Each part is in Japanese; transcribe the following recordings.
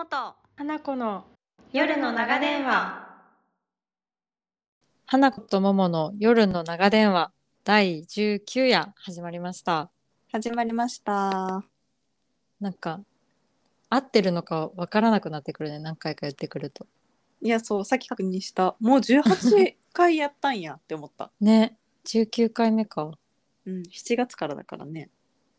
もと花子の夜の長電話。 花子と桃の夜の長電話第19夜始まりました。 始まりました。 なんか合ってるのかわからなくなってくるね、何回か言ってくると。 いや、そう、さっき確認した。もう18回やったんやって思った。 ね、19回目か。 うん、7月からだからね。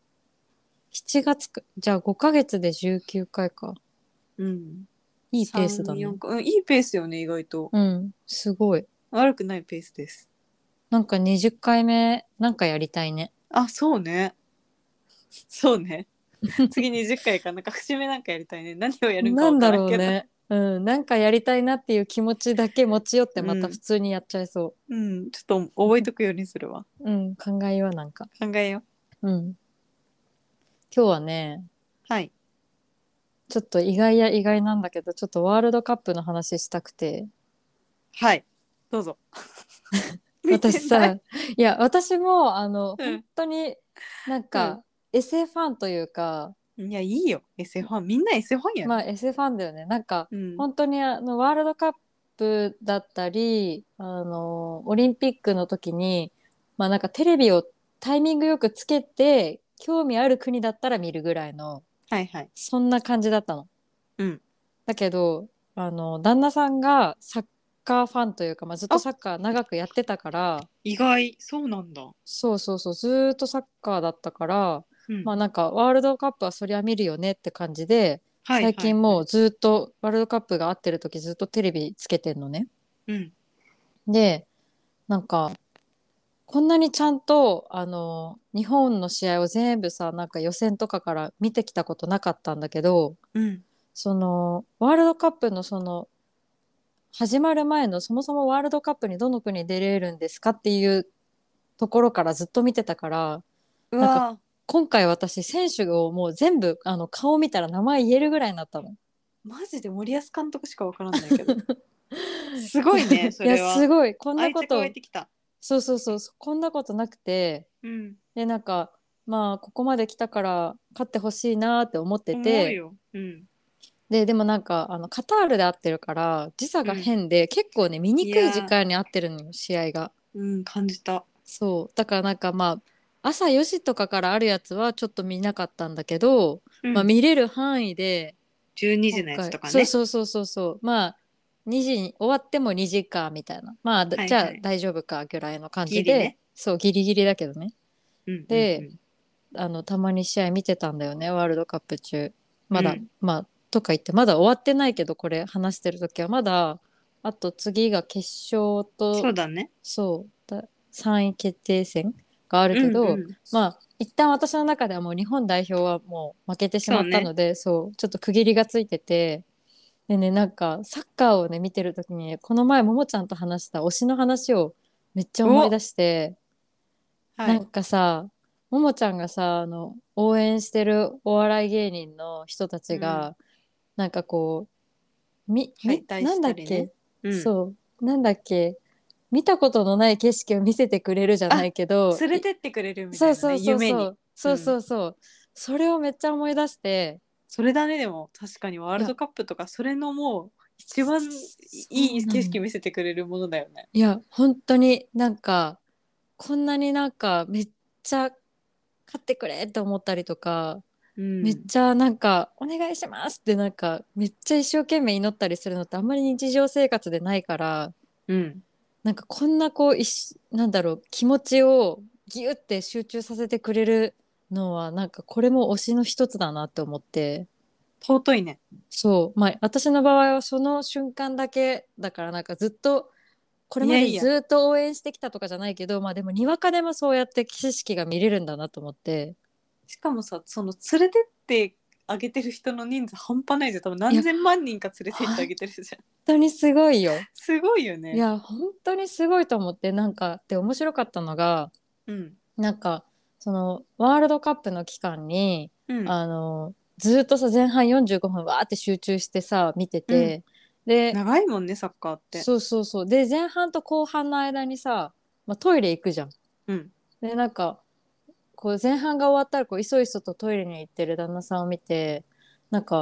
7月か、じゃあ5ヶ月で19回か。 うん。 いいペースだ 3、 ね。 4回、うん、いいペースよね、意外と。 うん、すごい。 悪くないペースです。 なんか20回目なんかやりたいね。 あ、そうね。そうね。次20回か、なんか節目なんかやりたいね。何をやるんかなんだわからんけど。 ろうね。うん、なんかやりたいなっていう気持ちだけ持ち寄ってまたうん普通にやっちゃいそうん、ちょっと覚えとくようにするわ。 う。うん、考えようなんか。 考えようん。今日はね、 う。はい。 ちょっと意外や意外なんだけど、ちょっとワールドカップの話したくて。 はい。どうぞ。見て私ない。 さ、いや、私も、本うん。 当になんか、エセファンというか、 いや、いいよ。エセファン。みんなエセファンやろ。 まあ、エセファンだよね。なんか、 うん。 本当にワールドカップだったり、オリンピックの時に、まあなんかテレビをタイミングよくつけて、興味ある国だったら見るぐらいの、 はいはい。 そんな感じだったの。 うん。 だけど、旦那さんがサッカーファンというか、まあ、ずっとあ、 サッカー長くやってたから、 意外。そうなんだ。 そうそうそう、ずーっとサッカーだったから、 うん。 まあなんかワールドカップはそりゃ見るよねって感じで、 はいはいはい。 最近もうずっとワールドカップが合ってる時ずっとテレビつけてんのね。 うん。 で、なんか、こんなにちゃんと、日本の試合を全部さ、なんか予選とかから見てきたことなかったんだけど、 うん。 ワールドカップの始まる前のそもそもワールドカップにどの国出れるんですかっていうところからずっと見てたから、なんかうわ今回私選手をもう全部顔見たら名前言えるぐらいになったの。 ー、マジで森保監督しかわからんないけど。すごいね、そいやれは。 すごいこんな愛着湧いこと、 てきた。 そうそうそう、こんなことなくて、 うん。 でなんかまあここまで来たから勝ってほしいなって思ってて、 思うよ。うん。 でもなんかカタールで会ってるから時差がうん。 変で結構ね見にくい時いや間に合ってるのよ試合が。 ー、うん、感じた。 そうだからなんかまあ朝4時とかからあるやつはちょっと見なかったんだけど、まあ、 うん。 見れる範囲で 12時のやつ今回とかね。 そうそうそうそうそう、まあ2時に終わっても2時かみたいな、まあじゃあはいはい。 大丈夫かぐらいの感じで、 ギリね。 そうギリギリだけどね。 うんうんうでん。 たまに試合見てたんだよねワールドカップ中。まだうん。 まあとか言ってまだ終わってないけど、これ話してる時はまだあと次が決勝と、 そうだね。 3位決定戦があるうんうけど、 ん。 まあ一旦私の中ではもう日本代表はもう負けてしまそうね。 ったので、そうちょっと区切りがついてて、でねなんかサッカーをね見てる時にこの前ももちゃんと話した推しの話をめっちゃ思いお、 出して、 はい。 なんかさ、ももちゃんがさ、応援してるお笑い芸人の人たうん。 ちが、なんかこ敗退なんしたりね。 だっけ、 うん。 そう、なんだっけ、見たことのない景色を見せてくれるじゃなあ、 いけど、 連れてってくれるみたいなね、 そうそうそう夢に。 そう、そうそうん。 うそう、それをめっちゃ思い出して、 それだね、でも確かにワーいや、 ルドカップとかそれのもう一番そいい景うなの。 色見せてくれるものだよね。 いや、本当になんか、こんなになんかめっちゃ買ってくれって思ったりとか、 うめっん。 ちゃなんかお願いしますってなんかめっちゃ一生懸命祈ったりするのってあんまり日常生活でないから、 うん。 なんかこんなこうなんだろう、気持ちをギュって集中させてくれるのはなんかこれも推しの一つだなって思って。 尊いね。 そうまあ私の場合はその瞬間だけだから、なんかずっとこれまでいやいや。 ずっと応援してきたとかじゃないけど、まあでもにわかでもそうやって景色が見れるんだなと思って。 しかもさ、その連れてってあげてる人の人数半端ないじゃん。多分いや何千万人か連れてってあ本げてるじゃん。 当にすごいよ。 すごいよね。 いや本当にすごいと思って、なんかで面白かったのが、 うん。 なんかそのワールドカップの期間にうん。 ずっとさ前半45分わーって集中してさ見てうん。 て、で長いもんね、サッカーって。 そうそうそう、で前半と後半の間にさ、まあ、トイレ行くじゃん。 うん。 でなんかこう前半が終わったらこういそいそとトイレに行ってる旦那さんを見て、なんか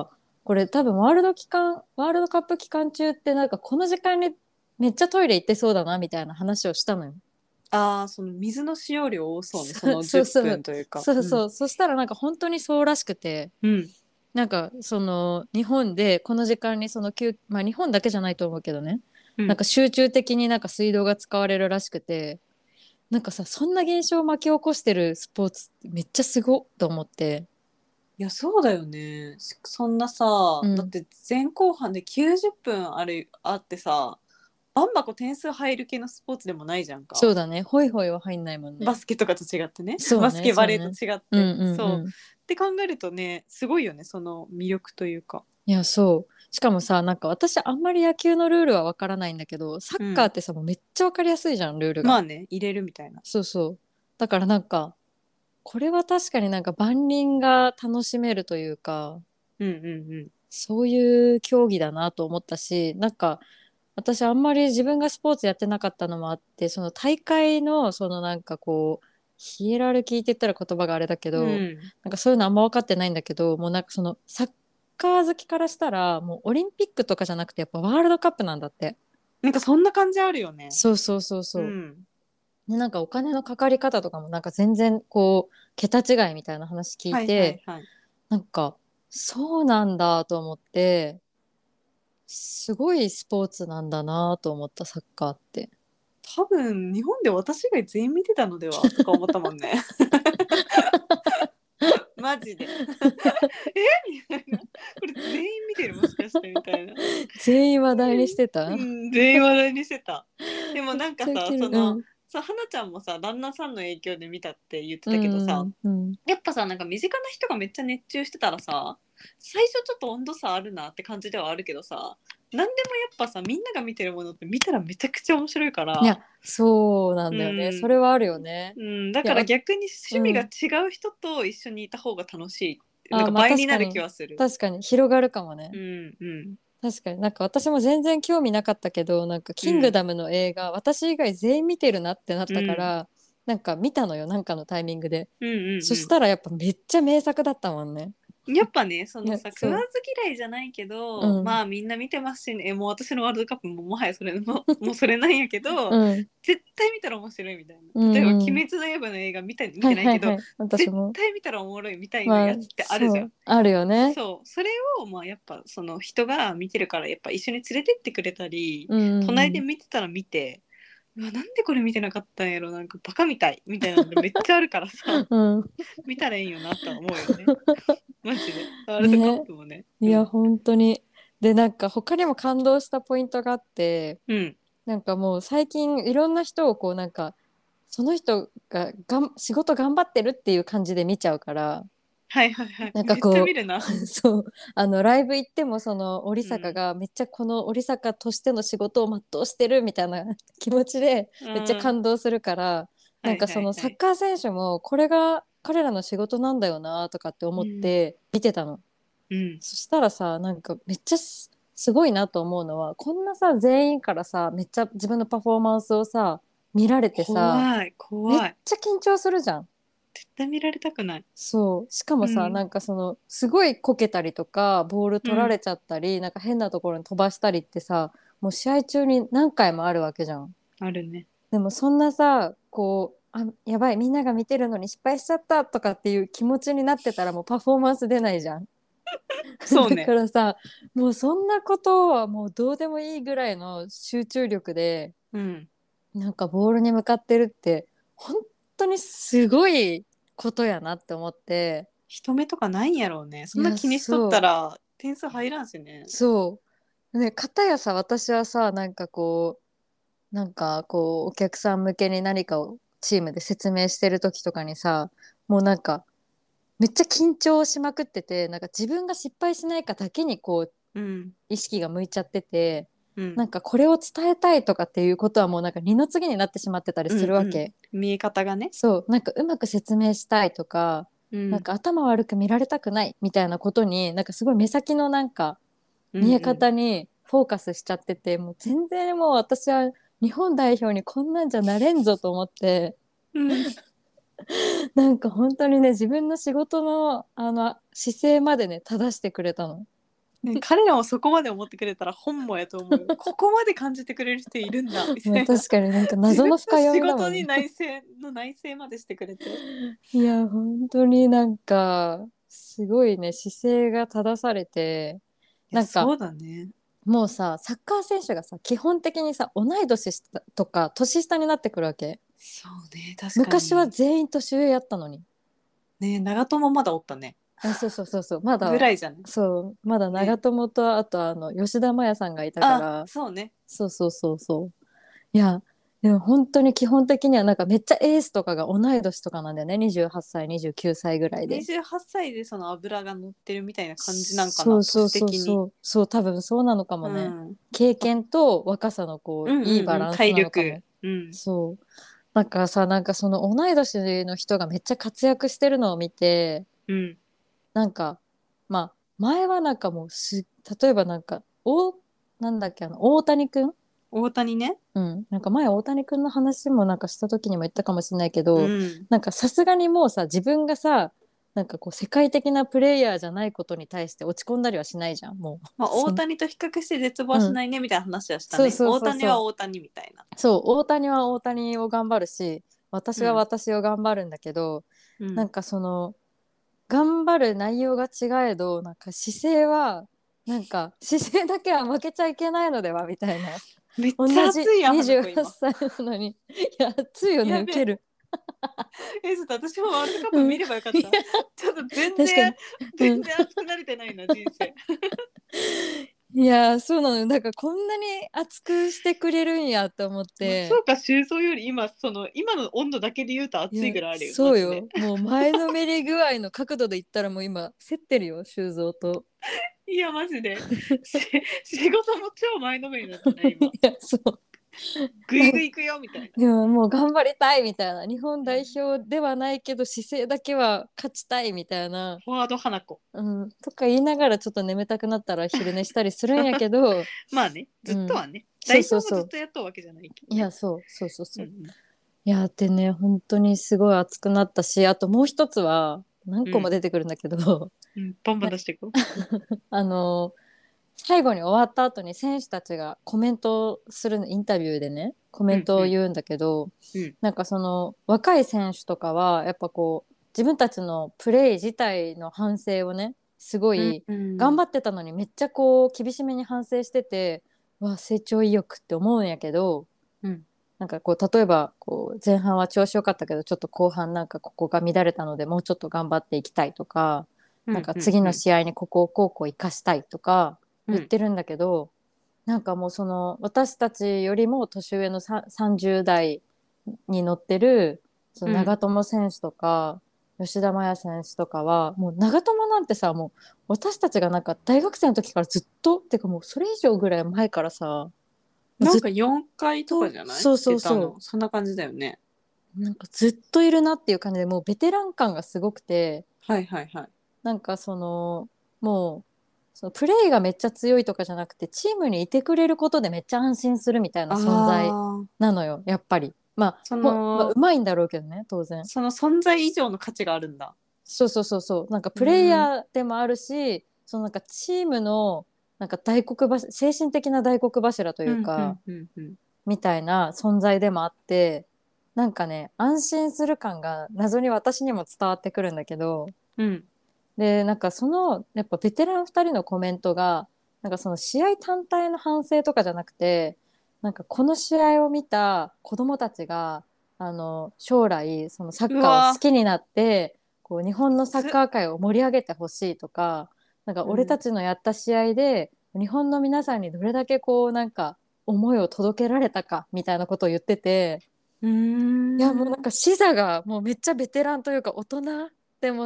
これ多分ワールドカップ期間中ってなんかこの時間にめっちゃトイレ行ってそうだなみたいな話をしたのよ。 ああ、その水の使用量多そうね、その10 そうそう分というか。 そうそう、そしたらなんか本当にそうらしくて、 うん。 なんかその日本でこの時間にそのまあ日本だけじゃないと思うけどね、 うん。 なんか集中的になんか水道が使われるらしくて、なんかさ、そんな現象を巻き起こしてるスポーツってめっちゃすごっと思って。 いや、そうだよね。そんなさ、だっうん、 て前後半で90分あってさ、バンバコ点数入る系のスポーツでもないじゃんか。 そうだね、ホイホイは入んないもんね。 バスケとかと違ってね。 そうね、 バスケ、バレーとそうね。 違って。 うんうんそう。 うん。 って考えるとね、すごいよね、その魅力というか。 いや、そう。しかもさ、なんか私あんまり野球のルールはわからないんだけど、サッうん。 カーってさ、もうめっちゃわかりやすいじゃん、ルールが。 まあね、入れるみたいな。 そうそう。だからなんか、これは確かになんか万人が楽しめるというか、 うんうんうん。 そういう競技だなと思ったし、なんか、私あんまり自分がスポーツやってなかったのもあって、その大会のそのなんかこうヒエラルキーって言ったら言葉があれだけうど、 ん。 なんかそういうのあんま分かってないんだけど、もうなんかそのサッカー好きからしたらもうオリンピックとかじゃなくてやっぱワールドカップなんだって。 なんかそんな感じあるよね。 そうそうそうそう。 うん。 でなんかお金のかかり方とかもなんか全然こう桁違いみたいな話聞いはいはいて、 はい。 なんかそうなんだと思って、すごいスポーツなんだなと思ったサッカーって。 多分日本で私以外全員見てたのではとか思ったもんね。マジで。みたいな。これ全員見てるもしかしてみたいな。 全員話題にしてた。 うん、全員話題にしてた。でもなんかさ、 めっちゃウケる。うん。 花ちゃんもさ、旦那さんの影響で見たって言ってうたけどさ、 んうん。 やっぱさ、なんか身近な人がめっちゃ熱中してたらさ、最初ちょっと温度差あるなって感じではあるけどさ、何でもやっぱさ、みんなが見てるものって見たらめちゃくちゃ面白いから、 いや、そうなうんだよね。そん、 れはあるよね。 うん、だいや、 から逆に趣味がうん。 違う人と一緒にいた方が楽しい。なんあ、 かまあ倍になる気確かに。 はする。 確かに。広がるかもね。 うんうん確かに。なんか私も全然興味なかったけど、なんかキングうんダムの映画、私以外全員見てるなってなっうんたから、なんか見たのよ。なんかのタイミングで。 うんうんそしたらやっぱめっちゃ名作だったもんね。 やっぱね、そのね、 さ、食わそず嫌いじゃないけう。うど、まん。 あみんな見てますしね、もう私のワールドカップももはやそれもうそれなんやけど、 うん。 絶対見たら面白いみたいうな。例えばんうん。 「鬼滅の刃」の映画見はいてないけど、 はいはい。私絶も。 対見たらおもろいみたいなまあ、 やつってあるじゃん。 そう。あるよね。 そう、それをまあやっぱその人が見てるからやっぱ一緒に連れてってくれたり、 うんうんう隣でん。 見てたら見て、うわなんでこれ見てなかったんやろ、なんかバカみたいみたいなのでめっちゃあるからさ、 うん。 見たらいいよなとは思うよね。マジで。ワールドカッね。 プもね。 いや、 うん。 本当に。で、なんか他にも感動したポイントがあって、 うん。 なんかもう最近いろんな人をこうなんか、その人が仕事頑張ってるっていう感じで見ちゃうから、 はいはいはい。 なんかめっちゃ見こるな。 う、そう、ライブ行ってもその織うん。 坂がめっちゃこの織坂としての仕事を全うしてるみたいな気持ちでうめっちゃん。 感動するから、 はいなんかそはいはい。 のサッカー選手もこれが彼らの仕事なんだよなとかって思っうん。 て見てたの。 うん。 そしたらさ、なんかめっちゃすごいなと思うのは、こんなさ、全員からさ、めっちゃ自分のパフォーマンスをさ、見られてさ、 怖いめっ怖い。 ちゃ緊張するじゃん。 絶対見られたくない。 そう。しかもさ、 うん。 なんかその、すごいこけたりとか、ボールうん。 取られちゃったり、なんか変なところに飛ばしたりってさ、もう試合中に何回もあるわけじゃん。 あるね。 でもそんなさ、こう、あ、やばい、みんなが見てるのに失敗しちゃったとかっていう気持ちになってたらもうパフォーマンス出ないじゃん。だかそうね。 らさ、もうそんなことはもうどうでもいいぐらいの集中力で、 うん。 なんかボールに向かってるって、本当にすごいことやなって思って、 人目とかないんやろうね。そんないや、 気にしとったそう、 ら点数入らんしね。 そう。ね、片やさ、私はさ、なんかこう、なんかこう、お客さん向けに何かをチームで説明してる時とかにさ、もうなんか、めっちゃ緊張しまくってて、なんか自分が失敗しないかだけにこう、 うん。 意識が向いちゃってて、 うん。 なんかこれを伝えたいとかっていうことはもうなんか二の次になってしまってたりうんするわうん。 け。 見え方がね。 そう、なんかうまく説明したいとか、 うん。 なんか頭悪く見られたくないみたいなことに、なんかすごい目先のなんかうん見えうん。 方にフォーカスしちゃってて、もう全然もう私は日本代表にこんなんじゃなれんぞと思って、 うん。 なんか本当にね、自分の仕事の姿勢までね、正してくれたの。 ね、彼らもそこまで思ってくれたら本望やと思うよ。ここまで感じてくれる人いるんだみたいな。 確かになんか謎の深読みだもんね。 自分の仕事に内省までしてくれて。 いや本当になんかすごいね姿勢が正されて、なんかそうだね。 もうさサッカー選手がさ基本的にさ同い年とか年下になってくるわけ。 そうね、確かに。 昔は全員年上やったのに。 ね、長友まだおったね。 そうそうそうそうまだぐらいじゃない。 そうまだ長友と、あと吉田麻也さんがいたから。 そうね。 そうそうそうそう。いやでも本当に基本的にはなんかめっちゃエースとかが同い年とかなんだよね。28歳29歳ぐらいで。 28歳でその油が乗ってるみたいな感じなんかな。 そうそうそう年的に。 そう多分そうなのかもね。 うん経験と若さのこう、 うんうんうん、 いいバランスなのかも。 体力。うんそうだからさなんかその同い年の人がめっちゃ活躍してるのを見て、 うんなんかまあ前はなんかもう例えばなんかなんだっけ大谷くん、 大谷ね。 なんか前大谷くんの話もなんかした時にも言ったかもしれないけど、 うんなんかさすがにもうさ自分がさなんかこう世界的なプレイヤーじゃないことに対して落ち込んだりはしないじゃんもう。 まあ、大谷と比較して絶望はしないねみたいな話はしたね。 そうそうそうそう大谷は大谷みたいな。 そう大谷は大谷を頑張るし私は私を頑張るんだけど、 うんなんかその頑張る内容が違えどなんか姿勢はなんか姿勢だけは負けちゃいけないのではみたいな。 めっ同じちゃ熱いやん、花子 28 今。 歳なのにいや熱いよねやべえ受ける。 ちょっと私もワールドカップ見ればよかった。 うんいやちょっと全確かに然、全然熱くなれてないな、人生。 いやそうなの。だからこんなに熱くしてくれるんやと思って松岡修造より今の温度だけで言うと熱いぐらいあるよ。 そうマよもう前のめり具合の角度で言ったらもう今競ってるよ修造と。 ジで。いやマジで。仕事も超前のめりだったね今。 いやそうグイグイ行くよみたいな。 でももう頑張りたいみたいな日本代表ではないけど姿勢だけは勝ちたいみたいな、 フォワード花子。 とか言いながらちょっと眠たくなったら昼寝したりするんやけどまあね、ずっとはね。代表もそうそうそうずっとやったわけじゃないけど、 いやそうそうそうそう、 うんうんいやでね本当にすごい熱くなったしあともう一つは何個も出てくるんだけど、 うんバンバン出していこう。 あの最後に終わった後に選手たちがコメントをするインタビューでねコメントを言うんだけど、 うんなんかその若い選手とかはやっぱこう自分たちのプレー自体の反省をねすごい頑張ってたのにめっちゃこう厳しめに反省してて、わ成長意欲って思うんやけど、 うんなんかこう例えばこう前半は調子良かったけどちょっと後半なんかここが乱れたのでもうちょっと頑張っていきたいとか、なんか次の試合にここをこう生かしたいとか言ってるんだけど、なんかもうその私たちよりも年上の30代に乗ってるその長友選手とか、吉田麻也選手とかはもう長友なんてさもう私たちがなんか大学生の時からずっとってかもうそれ以上ぐらい前からさなんか4回とかじゃない？ そうそうそう出たのそんな感じだよね。 なんかずっといるなっていう感じでもうベテラン感がすごくて、 はいはいはい。 なんかそのもうそのプレーがめっちゃ強いとかじゃなくてチームにいてくれることでめっちゃ安心するみたいな存在なのよやっぱり。まあうまいんだろうけどね当然。 その存在以上の価値があるんだ。 そうそうそうそうなんかプレイヤーでもあるし、そのなんかチームのなんか精神的な大黒柱というか、みたいな存在でもあって、なんかね安心する感が謎に私にも伝わってくるんだけど、でなんかそのやっぱベテラン2人のコメントがなんかその試合単体の反省とかじゃなくて、なんかこの試合を見た子どもたちが将来そのサッカーを好きになってこう日本のサッカー界を盛り上げてほしいとか、なんか俺たちのやった試合で日本の皆さんにどれだけこうなんか思いを届けられたかみたいなことを言ってて、いやもうなんか視座がもうめっちゃベテランというか大人って思って、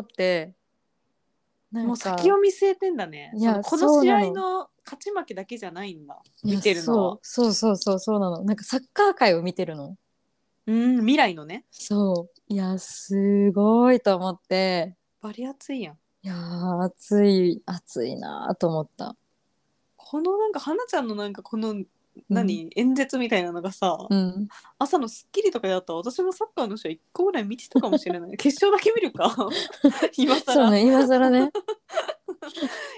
なんかもう先を見据えてんだね。 いやこの試合の勝ち負けだけじゃないんだ。見てるのは。 そうそうなの。なんかサッカー界を見てるの。 未来のね。 そういやすごいと思って。 バリ熱いやん。 いや熱いなと思った。 このなんか花ちゃんのなんかこの演説みたいなのがさ、朝の『スッキリ』とかであったら私もサッカーの試合1個ぐらい見てたかもしれない。決勝だけ見るか今更。 そうね今更ね。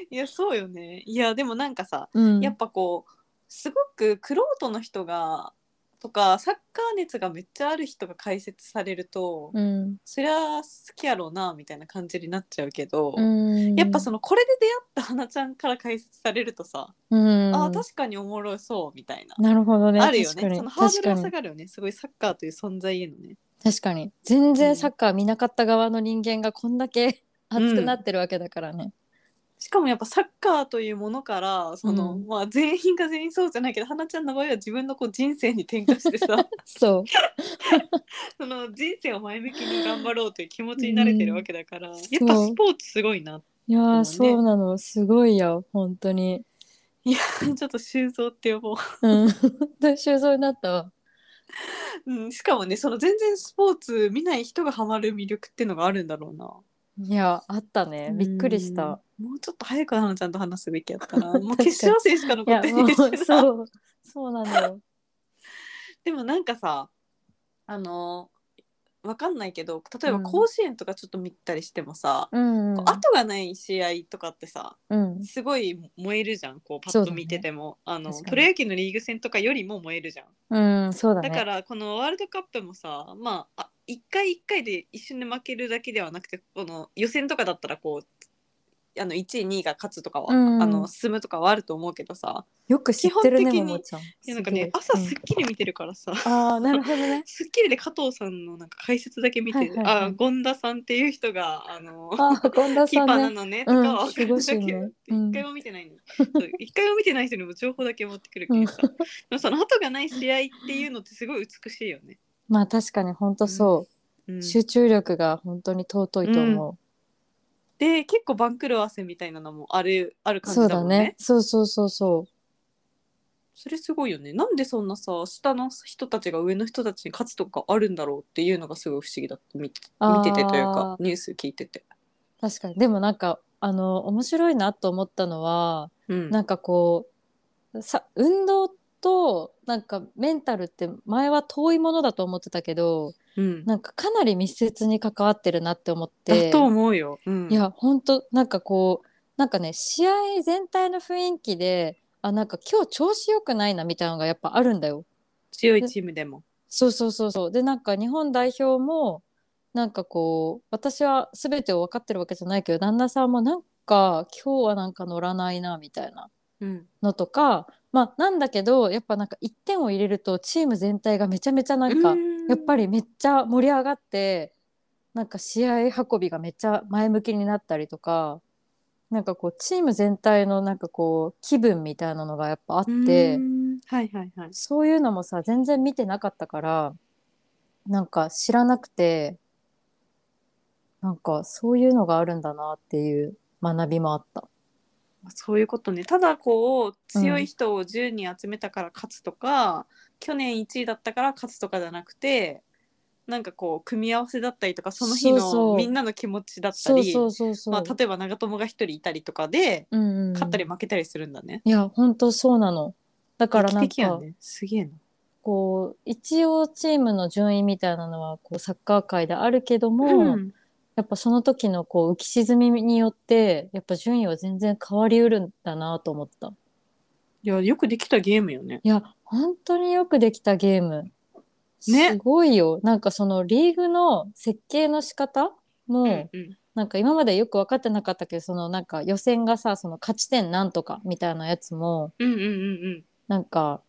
いやそうよね。いやでもなんかさ、 うんやっぱこうすごく玄人の人がとかサッカー熱がめっちゃある人が解説されると、 うんそりゃ好きやろうなみたいな感じになっちゃうけど、 うんやっぱそのこれで出会った花ちゃんから解説されるとさ、 うん確かにおもろそうみたいな、 なるほどね。 あるよね。 確かにそのハードルは確かに下がるよね。すごいサッカーという存在へのね。 確かに全然サッカー見なかった側の人間がこんだけ熱くなってるわけだからね。 しかもやっぱサッカーというものからその、 うんまあ全員が全員そうじゃないけど、花ちゃんの場合は自分のこう人生に転化してさそその人生を前向きに頑張ろうという気持う。 ちになれてるわけだから、やっぱそうスポーツすごいな。 いやー、 思うねそうなのすごいよ本当に。 いやちょっと修造って呼ぼうんで修造になったわ。 う、しかもねその全然スポーツ見ない人がハマる魅力っていうのがあるんだろうな。 いやあったねびっくりした。 もうちょっと早く花ちゃんと話すべきやったな。もう確かに決勝戦しかいや残ってもうないしな。 そうなのよ。 でもなんかさ、あのわかんないけど、例えばうん甲子園とかちょっと見たりしてもさ、 うんこう後がない試合とかってさ、 うんすごい燃えるじゃん、こうパッと見てても、 確かにプロ野球のリーグ戦とかよりも燃えるじゃん。 うんそうだね。 だからこのワールドカップもさ、まあ一回一回で一瞬で負けるだけではなくて、この予選とかだったらこう1位2位が勝つとかは、 うん進むとかはあると思うけどさ、 よく知ってるね基本的にももちゃん。 いやなんかすげえね朝うんスッキリ見てるからさ、 ああなるほどね。 スッキリで加藤さんのなんか解説だけ見て、 はいはいはいあ権田さんっていう人が権田キーパーなさんね。 のねとかは分かるだけ、 守護神ね一回も見てないのに、そう一回も見てない人にも情報だけ持ってくるけどさ、でもその後がない試合っていうのってすごい美しいよね。 まあ確かに本当そうう、 ん、 集中力が本当に尊いと思う。 で結構番狂わせみたいなのもある感そうだじだもんね。 ね。そうそうそうそう。 それすごいよね。なんでそんなさ下の人たちが上の人たちに勝つとかあるんだろうっていうのがすごい不思議だって見ててというかニュース聞いてて。 確かにでもなんか面白いなと思ったのは、 うんなんかこう運動となんかメンタルって前は遠いものだと思ってたけど、 うん、 なんかかなり密接に関わってるなって思っだて。 と思うよ。 いや本当なんかこうなんかね試合全体の雰囲気でなんか今日調子良くないなみたいなのがやっぱあるんだよ。 強いチームでも。 そうそうそうそうでなんか日本代表もなんかこう私は全てを分かってるわけじゃないけど旦那さんもなんか今日はなんか乗らないなみたいなうんのとかまあなんだけどやっぱなんか1点を入れるとチーム全体がめちゃめちゃなんかやっぱりめっちゃ盛り上がってなんか試合運びがめっちゃ前向きになったりとかなんかこうチーム全体のなんかこう気分みたいなのがやっぱあってはいはいはい。 そういうのもさ全然見てなかったからなんか知らなくてなんかそういうのがあるんだなっていう学びもあった。 そういうことね。ただこう強いうん人を10人集めたから勝つとか、去年1位だったから勝つとかじゃなくて、なんかこう組み合わせだったりとかその日そうそうのみんなの気持ちだったり、 そうそうそうそう、 まあ、例えば長友が1人いたりとかでうんうん、 勝ったり負けたりするんだね。 いや本当そうなの。だからなんか、 劇的やね。すげえな。 こう一応チームの順位みたいなのはこうサッカー界であるけども、 うんやっぱその時のこう浮き沈みによってやっぱ順位は全然変わりうるんだなと思った。 いやよくできたゲームよね。 いや本当によくできたゲーム。 ねすごいよ。なんかそのリーグの設計の仕方も、 うんなんか今までよく分かってなかったけどそのなんか予選がさその勝ち点なんとかみたいなやつもうんうんうんうんなんか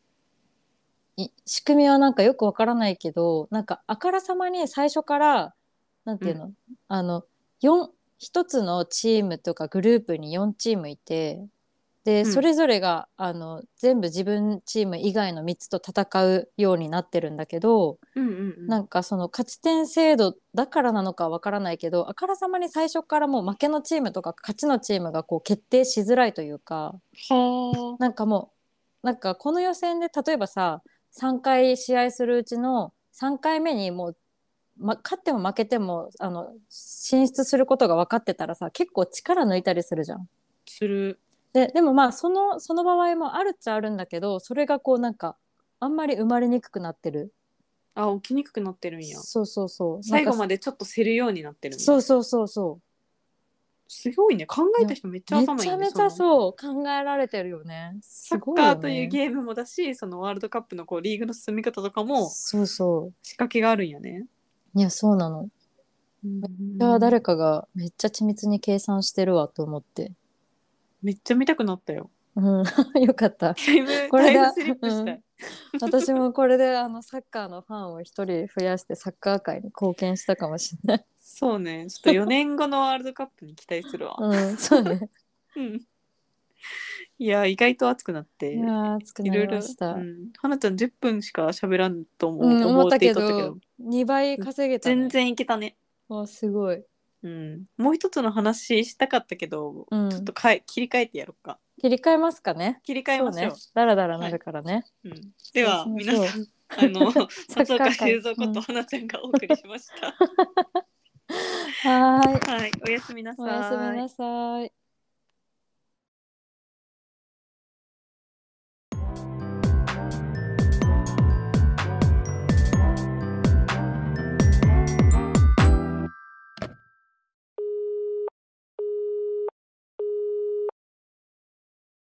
仕組みはなんかよく分からないけどなんかあからさまに最初からなんていうの、一つのチームとかグループに4チームいてで、それぞれが全部自分チーム以外の3つと戦うようになってるんだけど、なんかその勝ち点制度だからなのかわからないけどあからさまに最初からもう負けのチームとか勝ちのチームがこう決定しづらいというか、 はなんかもうなんかこの予選で例えばさ3回試合するうちの3回目にもう勝っても負けても進出することが分かってたらさ結構力抜いたりするじゃん。 する。 でもまあその場合もあるっちゃあるんだけどそれがこうなんかあんまり生まれにくくなってる。 起きにくくなってるんや。 そうそうそう最後までちょっと競るようになってるんだ。 そうそうそうそうすごいね。考えた人めっちゃめ頭いいね。 ちゃめちゃそう考えられてるよね。 サッすごいよね。 カーというゲームもだし、そのワールドカップのこうリーグの進み方とかもそうそ仕掛けがあるんやね。 う。いや、そうなの。じゃあ誰かがめっちゃ緻密に計算してるわと思って。 めっちゃ見たくなったよ。 うん、よかった。 タイムこれだスリップしたい。 私もこれでサッカーのファンを一人増やしてサッカー界に貢献したかもしれない。 そうね。ちょっと4年後のワールドカップに期待するわ。 うん、そうね。 うん。いや、意外と熱くなっていやー、熱くないろいろ、 りました。 花ちゃん10分しか喋らんとうん、思思っったけていとったけど、 ど、2倍稼げたね。 全然いけたね。 あ、すごい。 もう一つの話したかったけど、 うんちょっと切り替えてやろうか。 切り替えますかね。 切り替えましょう。 そうね。だらだらなるからね。 ではそうしましょう皆さん松岡修造ことうん花ちゃんがお送りしました。 はーい。 はい、おやすみなさおやすみい。 なさい。